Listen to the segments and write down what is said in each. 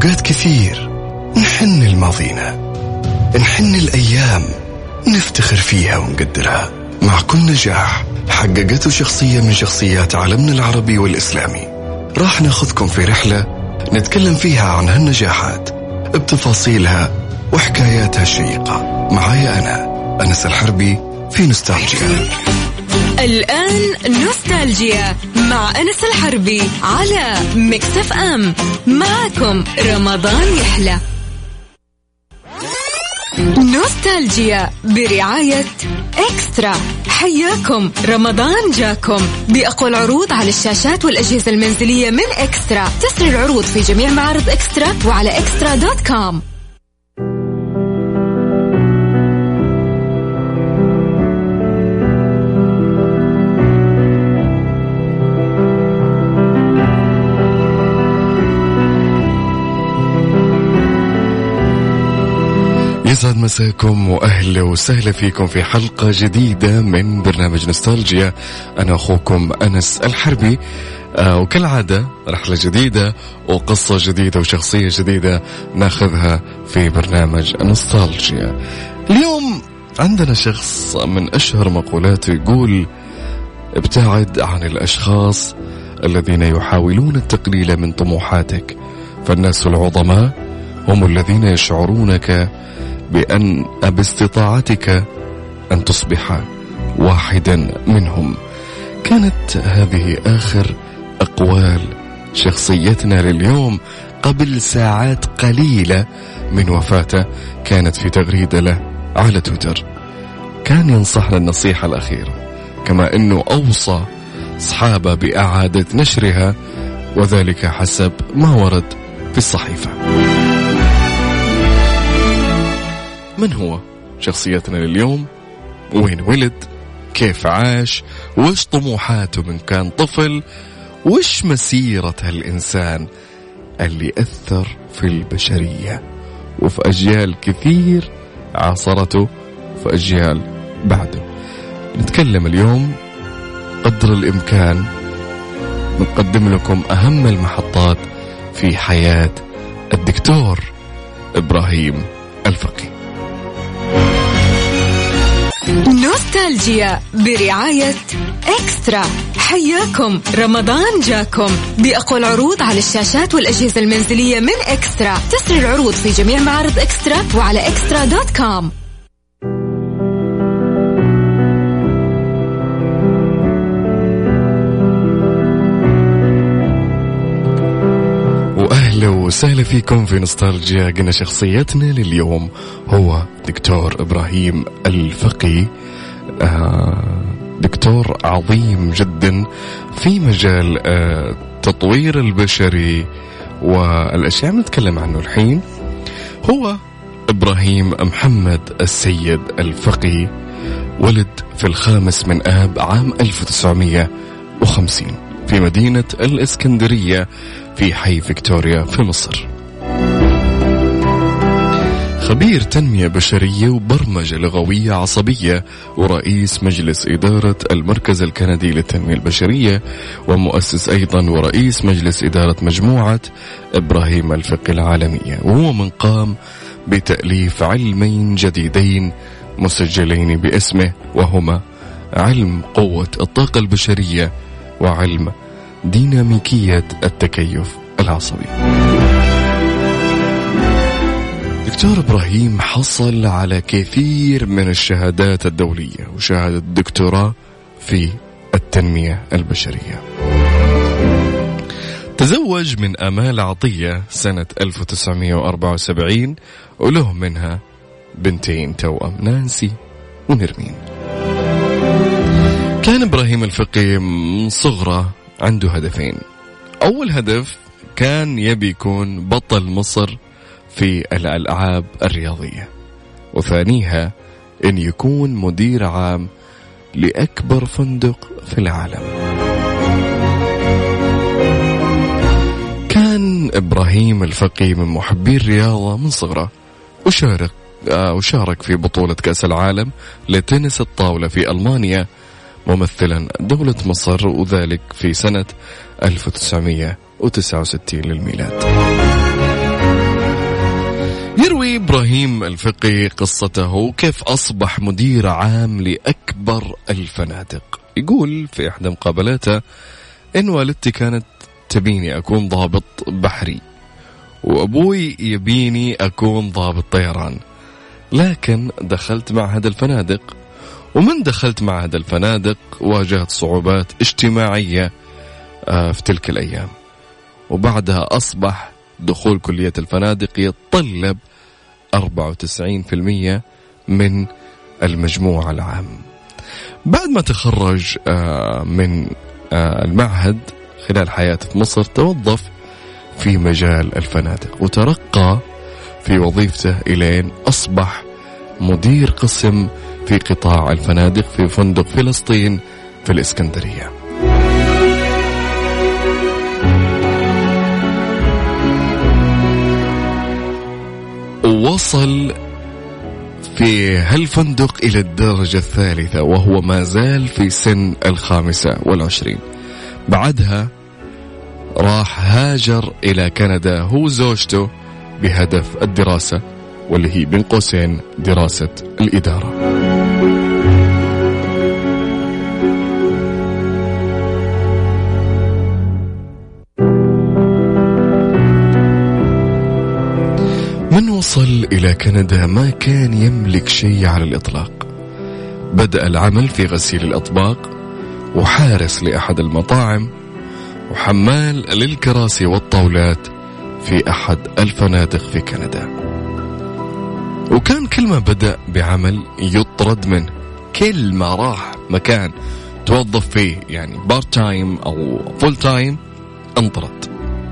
أوقات كثير نحن لماضينا، نحن الأيام نفتخر فيها ونقدرها. مع كل نجاح حققته شخصية من شخصيات عالمنا العربي والإسلامي، راح ناخذكم في رحلة نتكلم فيها عن هالنجاحات بتفاصيلها وحكاياتها الشيقة. معايا أنا أنس الحربي في نوستالجيا. الآن نوستالجيا مع أنس الحربي على ميكس اف ام. معكم رمضان يحلى. نوستالجيا برعاية إكسترا. حياكم رمضان جاكم بأقوى العروض على الشاشات والأجهزة المنزلية من إكسترا. تسري العروض في جميع معارض إكسترا وعلى extra.com. يسعد مساكم وأهلا وسهلا فيكم في حلقة جديدة من برنامج نوستالجيا. أنا أخوكم أنس الحربي، وكالعادة رحلة جديدة وقصة جديدة وشخصية جديدة ناخذها في برنامج نوستالجيا. اليوم عندنا شخص من أشهر مقولاته يقول: ابتعد عن الأشخاص الذين يحاولون التقليل من طموحاتك، فالناس العظماء هم الذين يشعرونك بأن باستطاعتك أن تصبح واحدا منهم. كانت هذه آخر أقوال شخصيتنا لليوم قبل ساعات قليلة من وفاته. كانت في تغريدة له على تويتر، كان ينصحنا النصيحة الأخيرة، كما أنه أوصى أصحابه بإعادة نشرها، وذلك حسب ما ورد في الصحيفة. من هو شخصيتنا لليوم؟ وين ولد؟ كيف عاش؟ وش طموحاته من كان طفل؟ وش مسيرة هالإنسان اللي أثر في البشرية وفي أجيال كثير عاصرته وفي أجيال بعده؟ نتكلم اليوم قدر الإمكان، نقدم لكم أهم المحطات في حياة الدكتور إبراهيم الفقي. نوستالجيا برعاية إكسترا. حياكم رمضان جاكم بأقوى العروض على الشاشات والأجهزة المنزلية من إكسترا. تسري العروض في جميع معارض إكسترا وعلى extra.com. وأهلا وسهلا فيكم في نوستالجيا. قلنا شخصيتنا لليوم هو دكتور إبراهيم الفقي، دكتور عظيم جدا في مجال تطوير البشري والأشياء نتكلم عنه الحين. هو إبراهيم محمد السيد الفقي، ولد في 5 آب عام 1950 في مدينة الإسكندرية في حي فيكتوريا في مصر. خبير تنمية بشرية وبرمجة لغوية عصبية، ورئيس مجلس إدارة المركز الكندي للتنمية البشرية، ومؤسس أيضا ورئيس مجلس إدارة مجموعة إبراهيم الفقي العالمية. وهو من قام بتأليف علمين جديدين مسجلين باسمه، وهما علم قوة الطاقة البشرية وعلم ديناميكية التكيف العصبي. دكتور إبراهيم حصل على كثير من الشهادات الدولية وشهادة الدكتوراه في التنمية البشرية. تزوج من آمال عطية سنة 1974 وله منها بنتين توأم، نانسي ونرمين. كان إبراهيم الفقي من صغره عنده هدفين. أول هدف كان يبي يكون بطل مصر في الألعاب الرياضية، وثانيها أن يكون مدير عام لأكبر فندق في العالم. كان إبراهيم الفقي من محبي الرياضة من صغره، وشارك في بطولة كأس العالم لتنس الطاولة في ألمانيا ممثلا دولة مصر، وذلك في سنة 1969 للميلاد. يحكي إبراهيم الفقي قصته كيف أصبح مدير عام لأكبر الفنادق. يقول في إحدى مقابلاته إن والدتي كانت تبيني أكون ضابط بحري وأبوي يبيني أكون ضابط طيران، لكن دخلت معهد الفنادق، ومن دخلت معهد الفنادق واجهت صعوبات اجتماعية في تلك الأيام، وبعدها أصبح دخول كلية الفنادق يتطلب 94% من المجموع العام. بعد ما تخرج من المعهد خلال حياته في مصر توظف في مجال الفنادق وترقى في وظيفته إلين أصبح مدير قسم في قطاع الفنادق في فندق فلسطين في الإسكندرية. ووصل في هالفندق إلى الدرجة الثالثة وهو ما زال في سن 25. بعدها راح هاجر إلى كندا هو زوجته بهدف الدراسة، واللي هي بين قوسين دراسة الإدارة. من وصل إلى كندا ما كان يملك شيء على الإطلاق. بدأ العمل في غسيل الأطباق وحارس لأحد المطاعم وحمال للكراسي والطاولات في أحد الفنادق في كندا. وكان كل ما بدأ بعمل يطرد منه، كل ما راح مكان توظف فيه يعني بارت تايم أو فول تايم انطرد.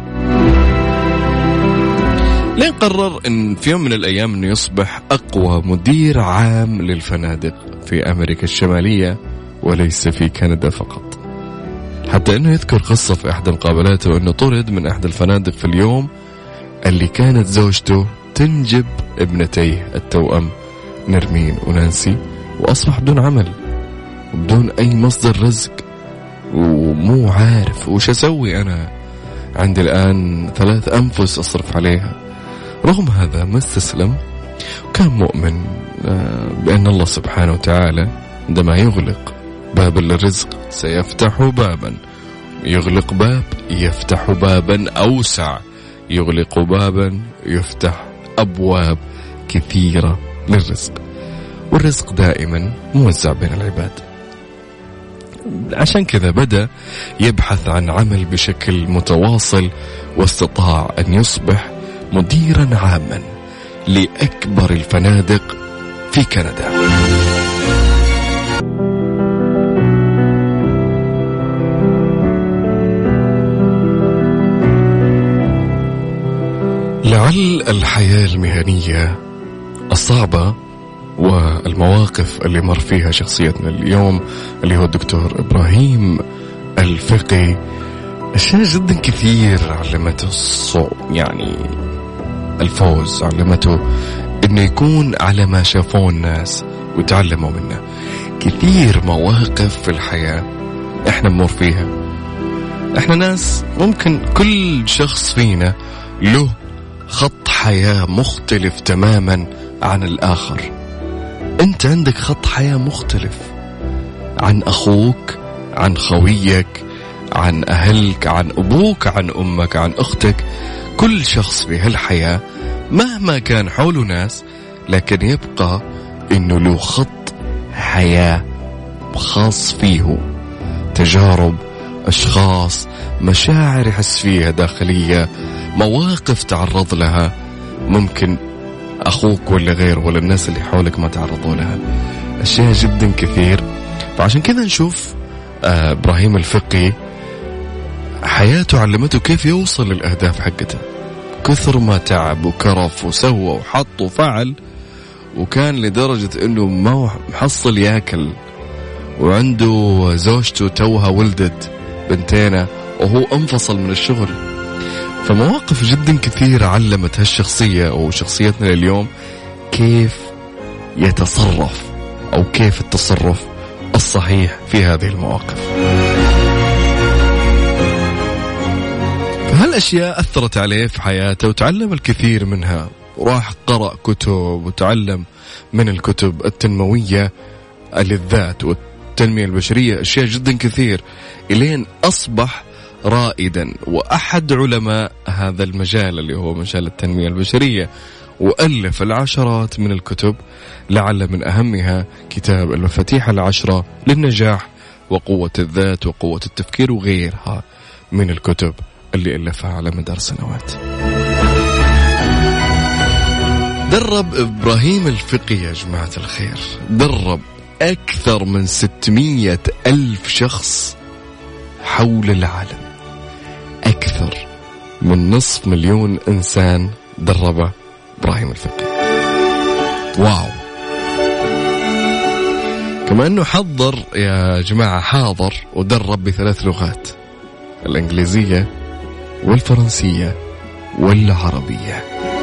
لين قرر إن في يوم من الأيام إنه يصبح أقوى مدير عام للفنادق في أمريكا الشمالية وليس في كندا فقط، حتى إنه يذكر قصة في إحدى مقابلاته إنه طرد من إحدى الفنادق في اليوم اللي كانت زوجته تنجب ابنتيه التوأم نرمين ونانسي، وأصبح بدون عمل وبدون أي مصدر رزق ومو عارف وش أسوي. أنا عندي الآن 3 أنفس أصرف عليها. رغم هذا ما استسلم، وكان مؤمن بأن الله سبحانه وتعالى عندما يغلق باب للرزق سيفتح بابا، يغلق باب يفتح بابا أوسع، يغلق بابا يفتح أبواب كثيرة للرزق، والرزق دائما موزع بين العباد. عشان كذا بدأ يبحث عن عمل بشكل متواصل، واستطاع أن يصبح مديرا عاما لأكبر الفنادق في كندا. لعل الحياة المهنية الصعبة والمواقف اللي مر فيها شخصيتنا اليوم اللي هو الدكتور إبراهيم الفقي أشياء جدا كثير علمته يعني الفوز، علمته إنه يكون على ما شافوه الناس وتعلموا منه. كثير مواقف في الحياة إحنا نمر فيها، إحنا ناس ممكن كل شخص فينا له خط حياة مختلف تماما عن الآخر. أنت عندك خط حياة مختلف عن أخوك، عن خويك، عن أهلك، عن أبوك، عن أمك، عن أختك. كل شخص في هالحياة مهما كان حوله ناس لكن يبقى إنه له خط حياة خاص فيه، تجارب، أشخاص، مشاعر يحس فيها داخلية، مواقف تعرض لها ممكن أخوك ولا غيره ولا الناس اللي حولك ما تعرضوا لها. أشياء جدا كثير. فعشان كذا نشوف إبراهيم الفقي حياته علمته كيف يوصل للأهداف حقته. كثر ما تعب وكرف وسوى وحط وفعل، وكان لدرجة أنه ما محصل ياكل، وعنده زوجته توها ولدت بنتين وهو انفصل من الشغل. فمواقف جدا كثيرة علمت هالشخصية أو شخصيتنا اليوم كيف يتصرف أو كيف التصرف الصحيح في هذه المواقف. فهالأشياء أثرت عليه في حياته وتعلم الكثير منها، وراح قرأ كتب وتعلم من الكتب التنموية للذات والتنمية البشرية أشياء جدا كثير، إلين أصبح رائدا وأحد علماء هذا المجال اللي هو مجال التنمية البشرية، وألف العشرات من الكتب، لعل من أهمها كتاب المفاتيح العشرة للنجاح وقوة الذات وقوة التفكير وغيرها من الكتب اللي ألفها على مدار سنوات. درب إبراهيم الفقي يا جماعة الخير، درب أكثر من 600,000 شخص حول العالم، أكثر من 500,000 إنسان دربه إبراهيم الفقي. واو. كما أنه حضر يا جماعة، حاضر ودرب ب3 لغات، الإنجليزية والفرنسية والعربية.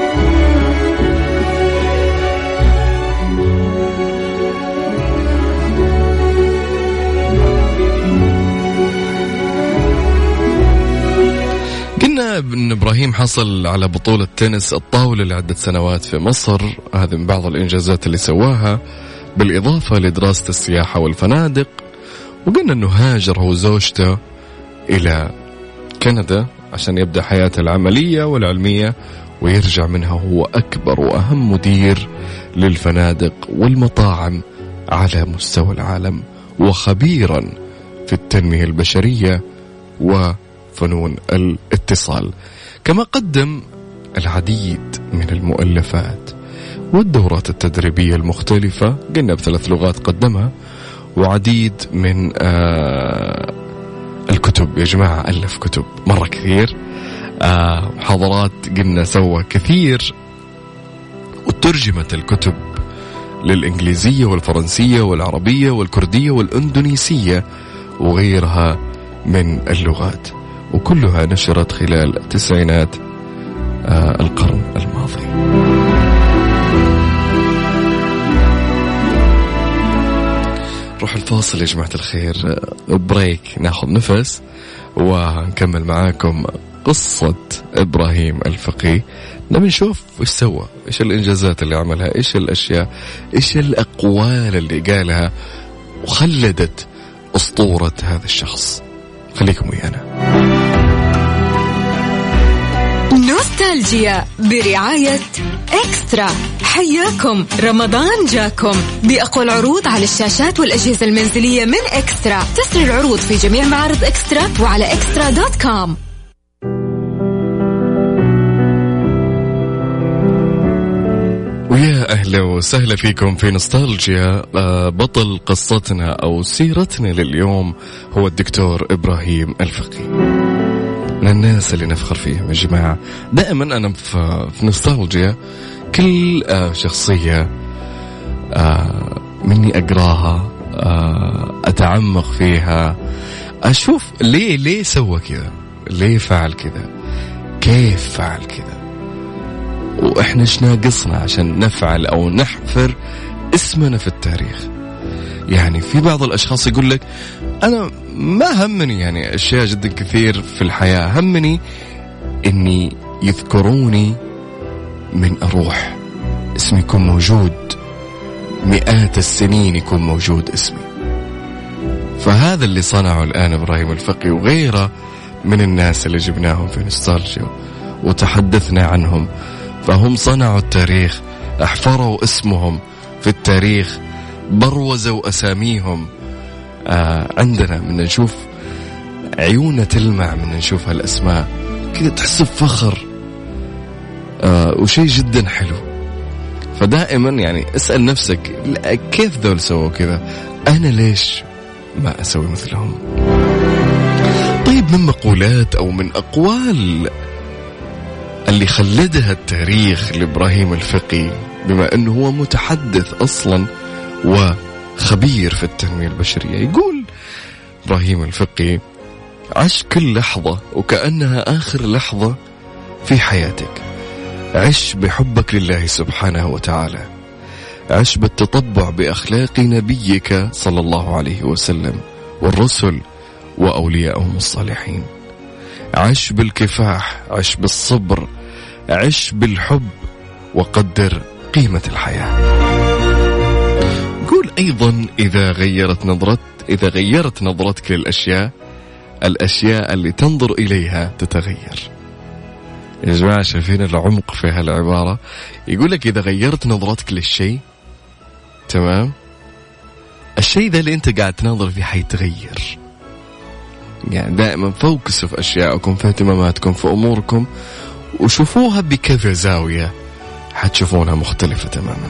قلنا أن إبراهيم حصل على بطولة تنس الطاولة لعدة سنوات في مصر، هذه من بعض الإنجازات اللي سواها، بالإضافة لدراسة السياحة والفنادق. وقلنا أنه هاجر هو وزوجته إلى كندا عشان يبدأ حياته العملية والعلمية، ويرجع منها هو أكبر وأهم مدير للفنادق والمطاعم على مستوى العالم، وخبيرا في التنمية البشرية وفنون الاتصال. كما قدم العديد من المؤلفات والدورات التدريبية المختلفة، قلنا ب3 لغات قدمها، وعديد من الكتب يا جماعة، ألف كتب مرة كثير، محاضرات قلنا سوى كثير، وترجمت الكتب للإنجليزية والفرنسية والعربية والكردية والإندونيسية وغيرها من اللغات، وكلها نشرت خلال التسعينات القرن الماضي. روح الفاصل يا جماعة الخير، بريك، ناخذ نفس ونكمل معاكم قصة إبراهيم الفقي. نبي نشوف إيش سوى، إيش الإنجازات اللي عملها، إيش الأشياء، إيش الأقوال اللي قالها وخلدت أسطورة هذا الشخص. خليكم ويانا. نوستالجيا برعاية إكسترا. حياكم رمضان جاكم بأقوى العروض على الشاشات والأجهزة المنزلية من إكسترا. تسري العروض في جميع معارض إكسترا وعلى extra.com. ويا أهلا وسهلا فيكم في نوستالجيا. بطل قصتنا أو سيرتنا لليوم هو الدكتور إبراهيم الفقي، من الناس اللي نفخر فيهم يا جماعة. دائما أنا في نوستالجيا كل شخصية مني أقراها، أتعمق فيها، أشوف ليه سوى كذا، ليه فعل كذا، كيف فعل كذا، وإحنا إيش ناقصنا عشان نفعل أو نحفر اسمنا في التاريخ. يعني في بعض الأشخاص يقول لك أنا ما همني يعني أشياء جدا كثير في الحياة، همني إني يذكروني من أروح، اسمي يكون موجود مئات السنين، يكون موجود اسمي. فهذا اللي صنعه الآن إبراهيم الفقي وغيره من الناس اللي جبناهم في نوستالجيا وتحدثنا عنهم. فهم صنعوا التاريخ، احفروا اسمهم في التاريخ، بروزوا أساميهم. عندنا من نشوف عيوننا تلمع من نشوف هالأسماء كده، تحس بفخر وشيء جدا حلو. فدائما يعني اسأل نفسك كيف ذول سووا كذا، أنا ليش ما أسوي مثلهم؟ طيب، من مقولات أو من أقوال اللي خلدها التاريخ لإبراهيم الفقي، بما أنه هو متحدث أصلا وخبير في التنمية البشرية، يقول إبراهيم الفقي: عش كل لحظة وكأنها آخر لحظة في حياتك. عش بحبك لله سبحانه وتعالى، عش بالتطبع بأخلاق نبيك صلى الله عليه وسلم والرسل وأولياءهم الصالحين. عش بالكفاح، عش بالصبر، عش بالحب وقدر قيمة الحياة. قول أيضا إذا غيرت نظرتك للأشياء، الأشياء اللي تنظر إليها تتغير. يا جماعة شايفين العمق في هالعبارة؟ يقول لك إذا غيرت نظرتك للشيء، تمام، الشيء ذا اللي أنت قاعد تناظر فيه حيتغير. يعني دائما فوكسوا في أشياءكم، في اهتماماتكم، في أموركم، وشوفوها بكذا زاوية حتشوفونها مختلفة تماما.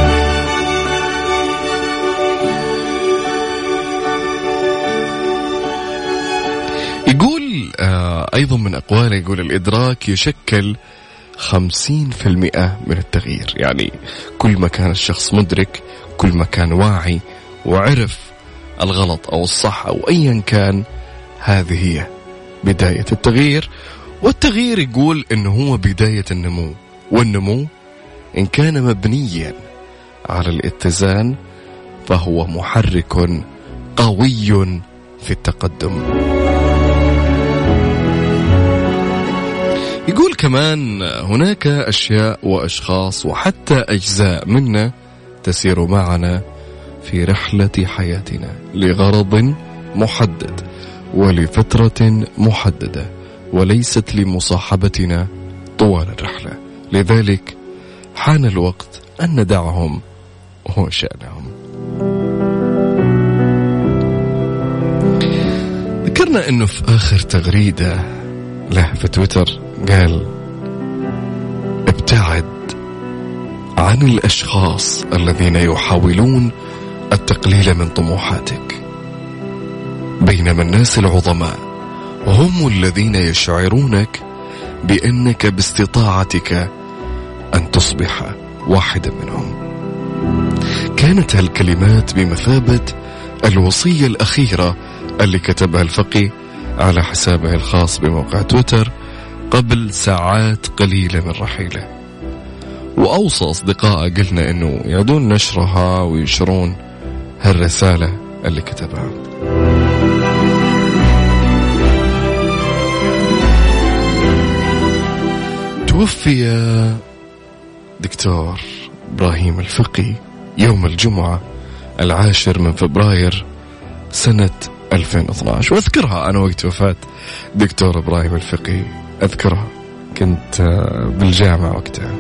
يقول أيضا من أقواله، يقول الإدراك يشكل 50% من التغيير. يعني كل ما كان الشخص مدرك، كل ما كان واعي وعرف الغلط أو الصح أو أيا كان، هذه هي بداية التغيير. والتغيير يقول إنه هو بداية النمو، والنمو إن كان مبنيا على الاتزان فهو محرك قوي في التقدم. يقول كمان هناك أشياء وأشخاص وحتى أجزاء منا تسير معنا في رحلة حياتنا لغرض محدد ولفترة محددة، وليست لمصاحبتنا طوال الرحلة. لذلك حان الوقت أن ندعهم وشأنهم. ذكرنا أنه في آخر تغريدة له في تويتر قال: ابتعد عن الأشخاص الذين يحاولون التقليل من طموحاتك، بينما الناس العظماء هم الذين يشعرونك بأنك باستطاعتك أن تصبح واحدا منهم. كانت هالكلمات بمثابة الوصية الأخيرة اللي كتبها الفقيه على حسابه الخاص بموقع تويتر قبل ساعات قليلة من رحيله، وأوصى أصدقائه قلنا أنه يعودون نشرها وينشرون هالرسالة اللي كتبها. توفي دكتور إبراهيم الفقي يوم الجمعة 10 من فبراير سنة 2012. وأذكرها أنا وقت وفاة دكتور إبراهيم الفقي، أذكرها كنت بالجامعة وقتها.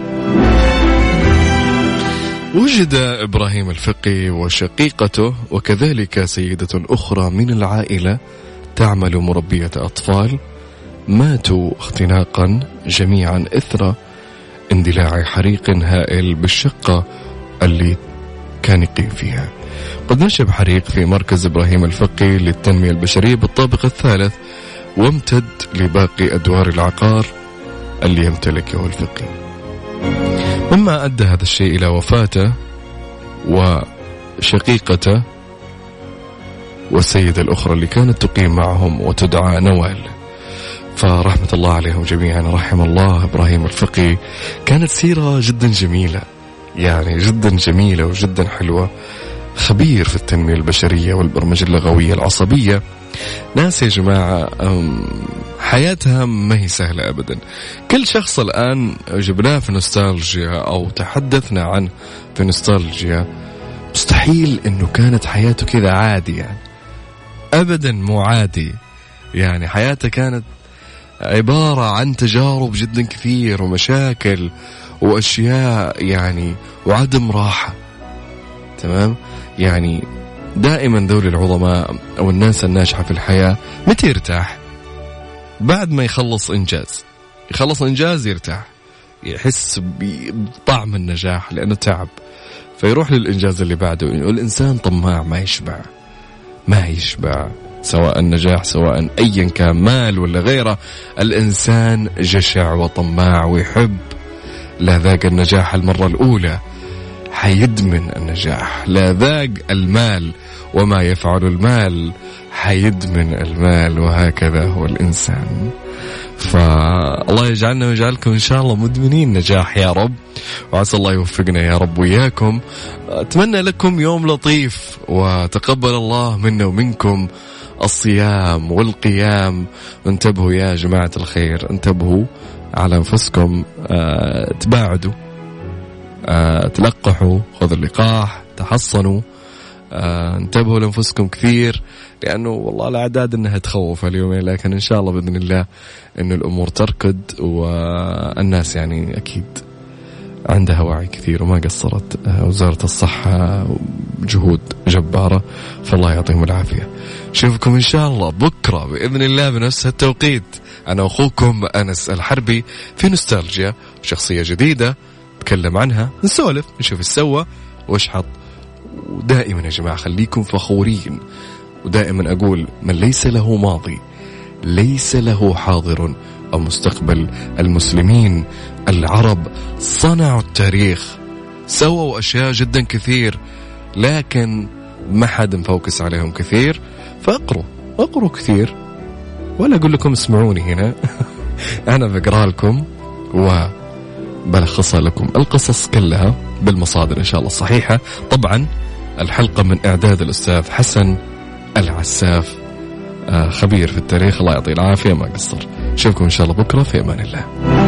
وجد إبراهيم الفقي وشقيقته وكذلك سيدة أخرى من العائلة تعمل مربية أطفال ماتوا اختناقا جميعا إثر اندلاع حريق هائل بالشقة اللي كان يقيم فيها. قد نشب حريق في مركز إبراهيم الفقي للتنمية البشرية بالطابق الثالث، وامتد لباقي أدوار العقار اللي يمتلكه الفقي، مما أدى هذا الشيء إلى وفاته وشقيقته والسيدة الأخرى اللي كانت تقيم معهم وتدعى نوال. فرحمة الله عليهم جميعا، رحم الله إبراهيم الفقي. كانت سيرة جدا جميلة، يعني جدا جميلة وجدا حلوة. خبير في التنمية البشرية والبرمجة اللغوية العصبية. ناس يا جماعة حياتها ما هي سهلة أبدا. كل شخص الآن جبناه في نوستالجيا أو تحدثنا عنه في نوستالجيا، مستحيل أنه كانت حياته كذا عادي، يعني أبدا مو عادي. يعني حياته كانت عبارة عن تجارب جدا كثير ومشاكل وأشياء، يعني وعدم راحة. تمام؟ يعني دائما ذول العظماء أو الناس الناجحة في الحياة متى يرتاح؟ بعد ما يخلص إنجاز يرتاح، يحس بطعم النجاح لأنه تعب، فيروح للإنجاز اللي بعده. والإنسان طماع ما يشبع سواء النجاح سواء أيا كان مال ولا غيره. الإنسان جشع وطماع ويحب. لا ذاق النجاح المرة الأولى حيدمن النجاح، لا ذاق المال وما يفعل المال حيدمن المال، وهكذا هو الإنسان. فالله يجعلنا ويجعلكم إن شاء الله مدمنين نجاح يا رب، وعسى الله يوفقنا يا رب وياكم. أتمنى لكم يوم لطيف، وتقبل الله منا ومنكم الصيام والقيام. انتبهوا يا جماعة الخير، انتبهوا على أنفسكم، تباعدوا تلقحوا، خذوا اللقاح، تحصنوا، انتبهوا لأنفسكم كثير، لأنه والله الأعداد أنها تخوف اليومين، لكن إن شاء الله بإذن الله أن الأمور تركض، والناس يعني أكيد عندها وعي كثير وما قصرت وزارة الصحة جهود جبارة، فالله يعطيهم العافية. شوفكم إن شاء الله بكرة بإذن الله بنفس التوقيت، أنا أخوكم أنس الحربي في نوستالجيا، شخصية جديدة نتكلم عنها، نسولف، نشوف إيش سوى وإيش حط. ودائما يا جماعة خليكم فخورين، ودائما أقول من ليس له ماضي ليس له حاضر أو مستقبل. المسلمين العرب صنعوا التاريخ، سووا أشياء جدا كثير، لكن ما حد مفوكس عليهم كثير. فاقروا كثير، ولا أقول لكم اسمعوني هنا أنا بقرأ لكم وبلخص لكم القصص كلها بالمصادر إن شاء الله الصحيحة. طبعا الحلقة من إعداد الأستاذ حسن العساف، خبير في التاريخ، الله يعطيه العافية ما قصر. نشوفكم إن شاء الله بكرة في أمان الله.